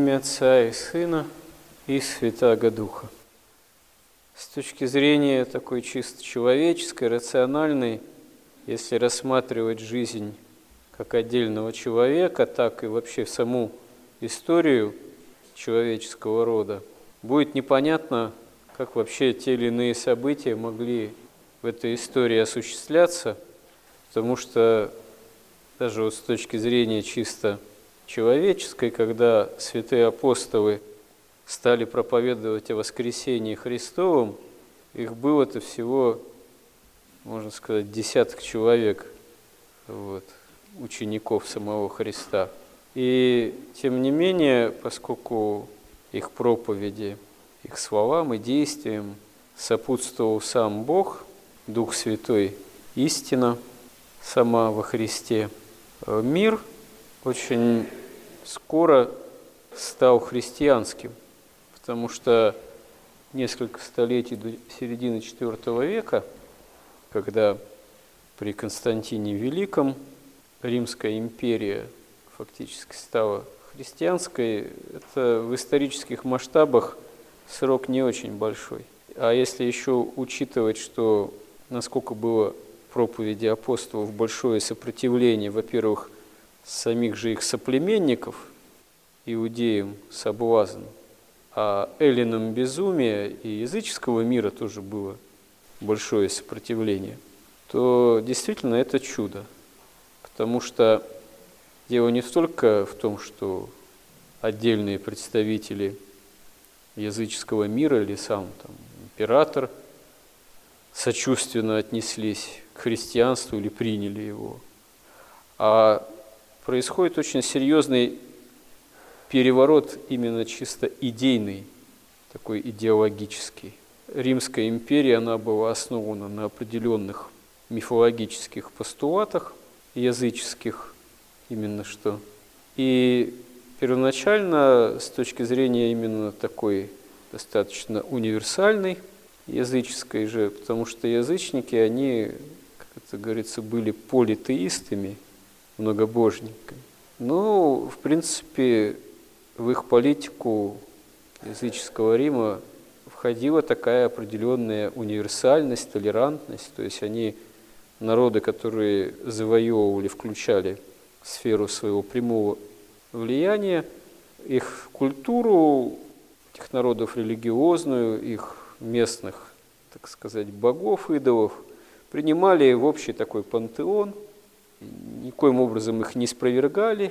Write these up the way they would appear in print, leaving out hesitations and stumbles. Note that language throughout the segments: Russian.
имя Отца и Сына и Святаго Духа. С точки зрения такой чисто человеческой, рациональной, если рассматривать жизнь как отдельного человека, так и вообще саму историю человеческого рода, будет непонятно, как вообще те или иные события могли в этой истории осуществляться, потому что даже вот с точки зрения чисто человеческой, когда святые апостолы стали проповедовать о воскресении Христовом, их было-то всего, можно сказать, десяток человек, учеников самого Христа. И тем не менее, поскольку их проповеди, их словам и действиям сопутствовал сам Бог, Дух Святой, истина сама во Христе, мир очень скоро стал христианским, потому что несколько столетий до середины IV века, когда при Константине Великом Римская империя фактически стала христианской, это в исторических масштабах срок не очень большой. А если еще учитывать, что насколько было проповеди апостолов большое сопротивление, во-первых, самих же их соплеменников, иудеям соблазн, а эллинам безумия и языческого мира тоже было большое сопротивление, то действительно это чудо. Потому что дело не только в том, что отдельные представители языческого мира или сам император сочувственно отнеслись к христианству или приняли его, а происходит очень серьезный переворот именно чисто идейный, такой идеологический. Римская империя, она была основана на определенных мифологических постулатах, языческих именно что. И первоначально, с точки зрения именно такой достаточно универсальной, языческой же, потому что язычники, они, как это говорится, были политеистами, многобожниками. Но, в принципе, в их политику языческого Рима входила такая определенная универсальность, толерантность, то есть они, народы, которые завоевывали, включали в сферу своего прямого влияния, их культуру, этих народов религиозную, их местных, так сказать, богов, идолов, принимали в общий такой пантеон, никоим образом их не спровергали,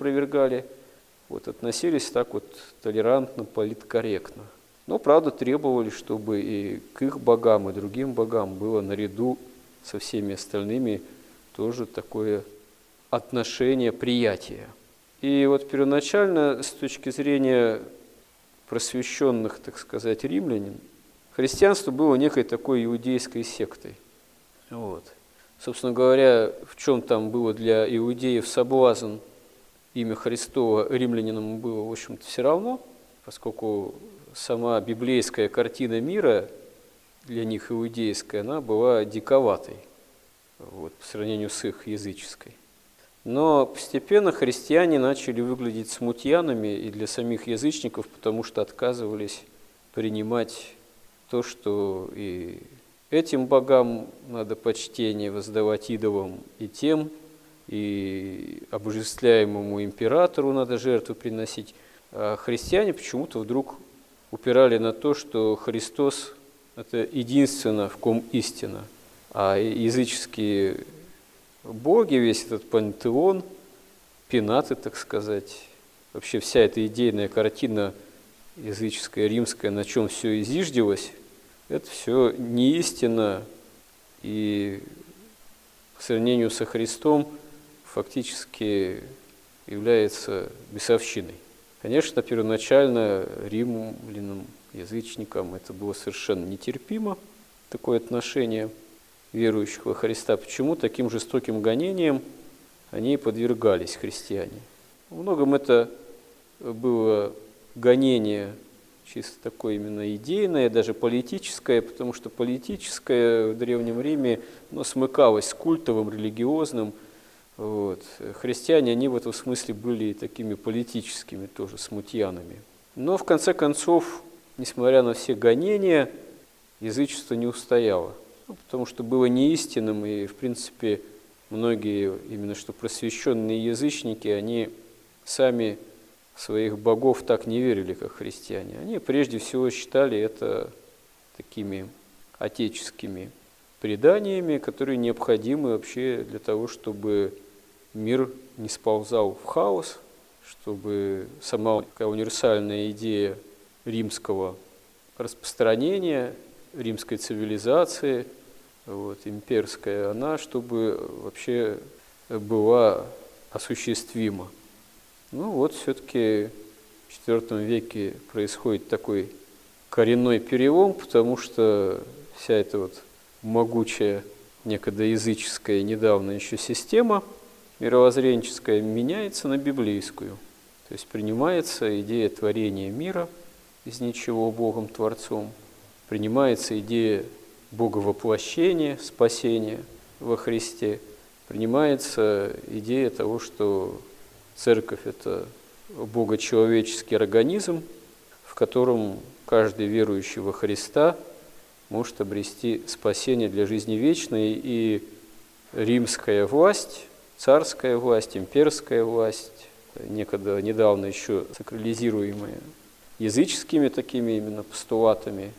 относились так толерантно, политкорректно. Но, правда, требовали, чтобы и к их богам, и другим богам было наряду со всеми остальными тоже такое отношение, приятие. И первоначально, с точки зрения просвещенных, так сказать, римлян, христианство было некой такой иудейской сектой. Собственно говоря, в чем там было для иудеев соблазн имя Христово, римлянинам было, в общем-то, все равно, поскольку сама библейская картина мира для них иудейская, она была диковатой по сравнению с их языческой. Но постепенно христиане начали выглядеть смутьянами и для самих язычников, потому что отказывались принимать то, что и этим богам надо почтение воздавать идолам, и тем, и обожествляемому императору надо жертву приносить. А христиане почему-то вдруг упирали на то, что Христос – это единственно, в ком истина, а языческие боги, весь этот пантеон, пенаты, так сказать, вообще вся эта идейная картина языческая, римская, на чем все изиждилось, это все не истина, и по сравнению со Христом фактически является бесовщиной. Конечно, первоначально римлянам, язычникам это было совершенно нетерпимо, такое отношение верующих во Христа. Почему таким жестоким гонениям они подвергались, христиане? Во многом это было гонение чисто такое именно идейное, даже политическое, потому что политическое в Древнем Риме смыкалось с культовым, религиозным, Вот. Христиане, они в этом смысле были такими политическими тоже смутьянами. Но в конце концов, несмотря на все гонения, язычество не устояло. Потому что было неистинным, и в принципе многие именно что просвещенные язычники, они сами в своих богов так не верили, как христиане. Они прежде всего считали это такими отеческими преданиями, которые необходимы вообще для того, чтобы мир не сползал в хаос, чтобы сама такая универсальная идея римского распространения, римской цивилизации, имперская, она чтобы вообще была осуществима. Все-таки в IV веке происходит такой коренной перелом, потому что вся эта могучая, некогда языческая, недавно еще система мировоззренческая меняется на библейскую. То есть принимается идея творения мира из ничего Богом Творцом, принимается идея Боговоплощения, спасения во Христе, принимается идея того, что Церковь – это богочеловеческий организм, в котором каждый верующий во Христа может обрести спасение для жизни вечной, и римская власть, царская власть, имперская власть, некогда недавно еще сакрализируемая языческими такими именно постулатами,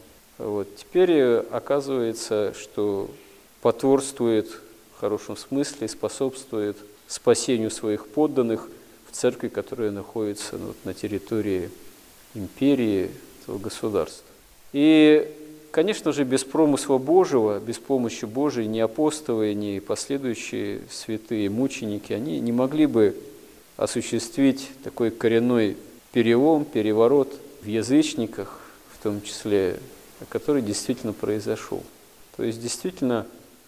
теперь оказывается, что потворствует в хорошем смысле, способствует спасению своих подданных в церкви, которая находится на территории империи, этого государства. И, конечно же, без промысла Божьего, без помощи Божией ни апостолы, ни последующие святые мученики, они не могли бы осуществить такой коренной перелом, переворот в язычниках, в том числе, который действительно произошел. То есть действительно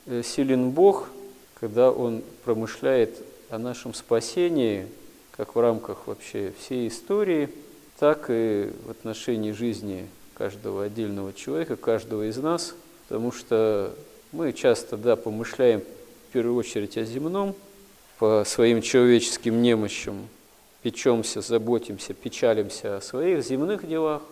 силен Бог, когда Он промышляет о нашем спасении, как в рамках вообще всей истории, так и в отношении жизни каждого отдельного человека, каждого из нас, потому что мы часто, помышляем в первую очередь о земном, по своим человеческим немощам печемся, заботимся, печалимся о своих земных делах.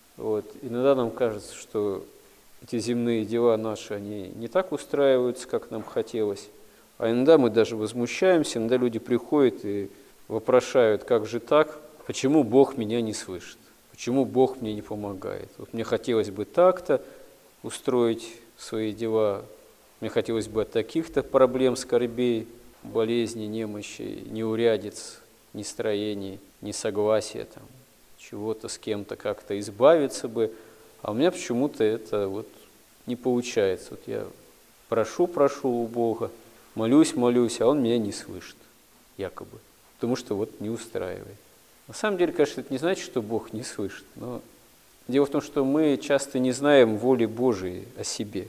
Иногда нам кажется, что эти земные дела наши, они не так устраиваются, как нам хотелось. А иногда мы даже возмущаемся, иногда люди приходят и вопрошают, как же так, почему Бог меня не слышит, почему Бог мне не помогает. Мне хотелось бы так-то устроить свои дела, мне хотелось бы от таких-то проблем, скорбей, болезней, немощей, неурядиц, нестроений, несогласия, чего-то с кем-то как-то избавиться бы, а у меня почему-то это не получается. Я прошу у Бога, молюсь, а Он меня не слышит, якобы, потому что не устраивает. На самом деле, конечно, это не значит, что Бог не слышит, но дело в том, что мы часто не знаем воли Божией о себе.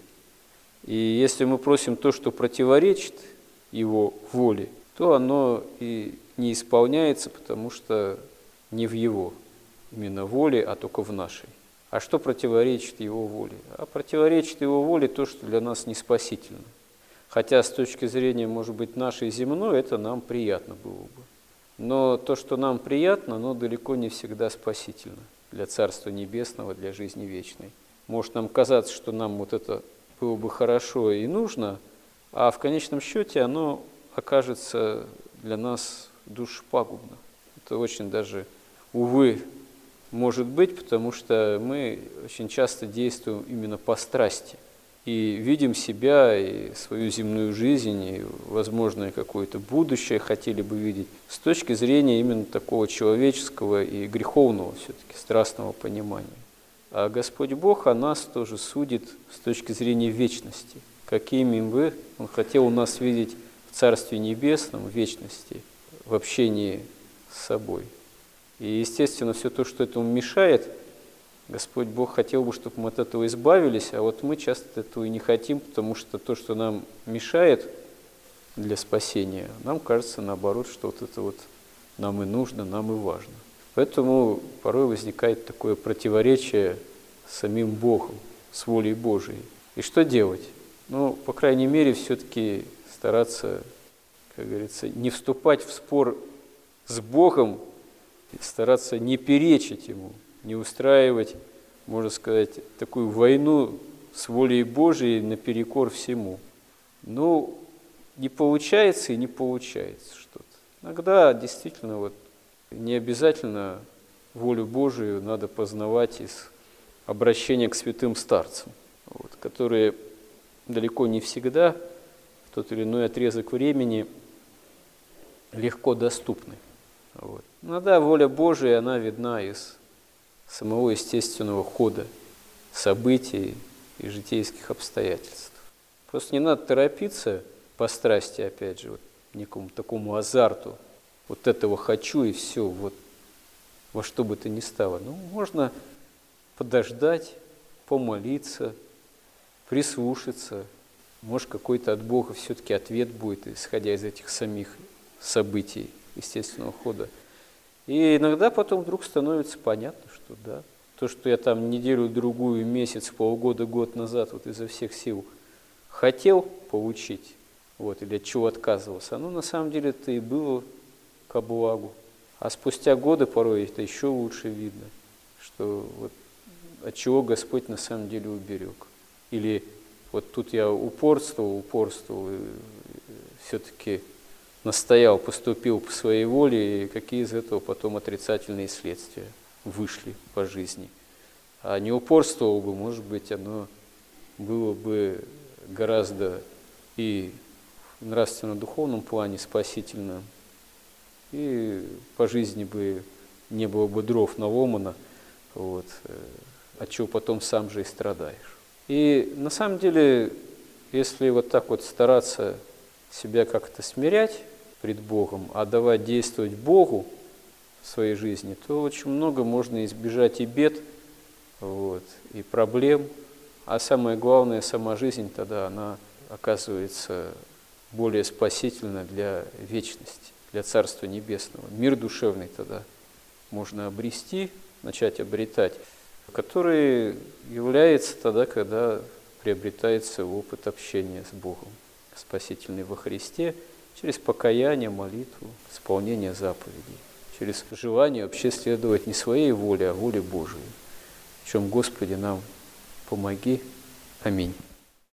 И если мы просим то, что противоречит Его воле, то оно и не исполняется, потому что не в Его именно воле, а только в нашей. А что противоречит Его воле? А противоречит Его воле то, что для нас не спасительно. Хотя с точки зрения, может быть, нашей земной, это нам приятно было бы. Но то, что нам приятно, оно далеко не всегда спасительно для Царства Небесного, для жизни вечной. Может нам казаться, что нам это было бы хорошо и нужно, а в конечном счете оно окажется для нас душепагубно. Это очень даже, увы, может быть, потому что мы очень часто действуем именно по страсти и видим себя и свою земную жизнь, и возможное какое-то будущее хотели бы видеть с точки зрения именно такого человеческого и греховного все-таки страстного понимания. А Господь Бог о нас тоже судит с точки зрения вечности. Какими бы Он хотел нас видеть в Царстве Небесном, в вечности, в общении с собой. И, естественно, все то, что этому мешает, Господь Бог хотел бы, чтобы мы от этого избавились, а мы часто этого и не хотим, потому что то, что нам мешает для спасения, нам кажется, наоборот, что это нам и нужно, нам и важно. Поэтому порой возникает такое противоречие с самим Богом, с волей Божией. И что делать? По крайней мере, все-таки стараться как говорится, не вступать в спор с Богом, стараться не перечить Ему, не устраивать, можно сказать, такую войну с волей Божией наперекор всему. Ну, не получается и не получается что-то. Иногда действительно вот не обязательно волю Божию надо познавать из обращения к святым старцам, вот, которые далеко не всегда в тот или иной отрезок времени легко доступны. Вот. Иногда воля Божия, она видна из самого естественного хода событий и житейских обстоятельств. Просто не надо торопиться по страсти, опять же, вот, некому такому азарту. Вот этого хочу и все, вот во что бы то ни стало. Ну, можно подождать, помолиться, прислушаться. Может, какой-то от Бога все-таки ответ будет, исходя из этих самих событий естественного хода. И иногда потом вдруг становится понятно, что да, то, что я там неделю-другую, месяц, полгода, год назад вот изо всех сил хотел получить, вот, или от чего отказывался, оно на самом деле это и было ко благу. А спустя годы порой это еще лучше видно, что вот от чего Господь на самом деле уберег. Или вот тут я упорствовал, и все-таки настоял, поступил по своей воле, и какие из этого потом отрицательные следствия вышли по жизни. А не упорствовал бы, может быть, оно было бы гораздо и в нравственно-духовном плане спасительно, и по жизни бы не было бы дров наломано, вот, от чего потом сам же и страдаешь. И на самом деле, если вот так вот стараться себя как-то смирять пред Богом, а давать действовать Богу в своей жизни, то очень много можно избежать и бед, вот, и проблем. А самое главное, сама жизнь тогда, она оказывается более спасительна для вечности, для Царства Небесного. Мир душевный тогда можно обрести, начать обретать, который является тогда, когда приобретается опыт общения с Богом, спасительный во Христе, через покаяние, молитву, исполнение заповедей, через желание вообще следовать не своей воле, а воле Божией. В чем, Господи, нам помоги. Аминь.